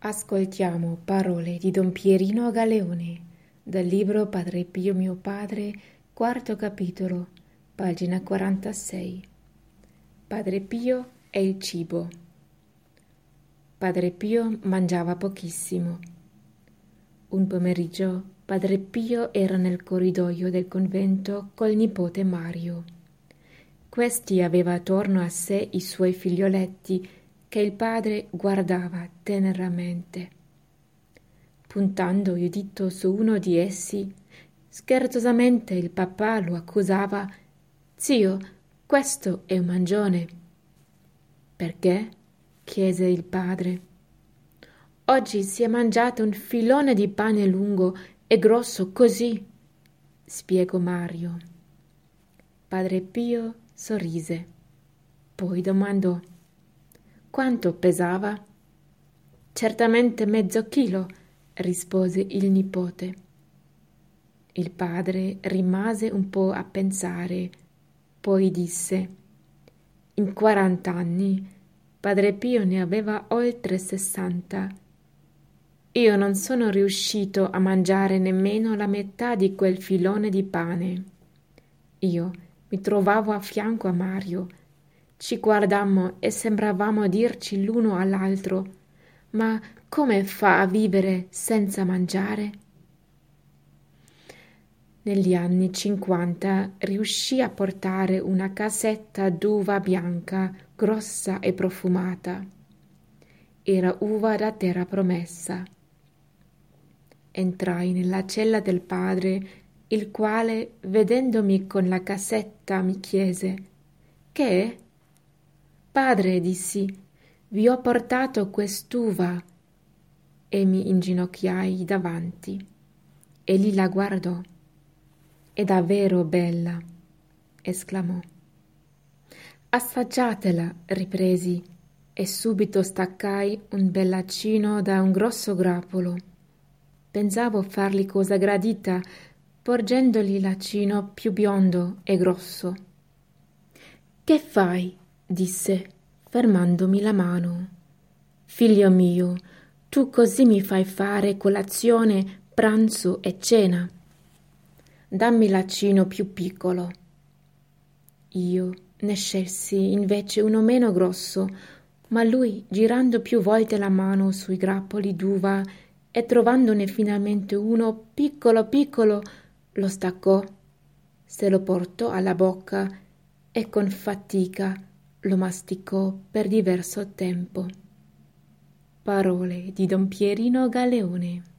Ascoltiamo parole di Don Pierino Galeone dal libro Padre Pio mio padre, quarto capitolo, pagina 46. Padre Pio e il cibo. Padre Pio mangiava pochissimo. Un pomeriggio Padre Pio era nel corridoio del convento col nipote Mario. Questi aveva attorno a sé i suoi figlioletti che il padre guardava teneramente. Puntando il dito su uno di essi, scherzosamente il papà lo accusava: «Zio, questo è un mangione». «Perché?» chiese il padre. «Oggi si è mangiato un filone di pane lungo e grosso così», spiegò Mario. Padre Pio sorrise, poi domandò: «Quanto pesava?» «Certamente mezzo chilo», rispose il nipote. Il padre rimase un po' a pensare, poi disse: «In 40 anni Padre Pio ne aveva oltre 60. Io non sono riuscito a mangiare nemmeno la metà di quel filone di pane». Io mi trovavo a fianco a Mario. Ci guardammo e sembravamo dirci l'uno all'altro: «Ma come fa a vivere senza mangiare?» Negli anni 50 riuscì a portare una cassetta d'uva bianca, grossa e profumata. Era uva da terra promessa. Entrai nella cella del padre, il quale, vedendomi con la cassetta, mi chiese: «Che è?» «Padre», dissi, «vi ho portato quest'uva», e mi inginocchiai davanti. Egli la guardò. «È davvero bella», esclamò. «Assaggiatela», ripresi, e subito staccai un bellacino da un grosso grappolo. Pensavo fargli cosa gradita, porgendogli l'acino più biondo e grosso. «Che fai?» disse, fermandomi la mano. «Figlio mio, tu così mi fai fare colazione, pranzo e cena. Dammi l'acino più piccolo». Io ne scelsi invece uno meno grosso, ma lui, girando più volte la mano sui grappoli d'uva e trovandone finalmente uno piccolo piccolo, lo staccò, se lo portò alla bocca e con fatica lo masticò per diverso tempo. Parole di Don Pierino Galeone.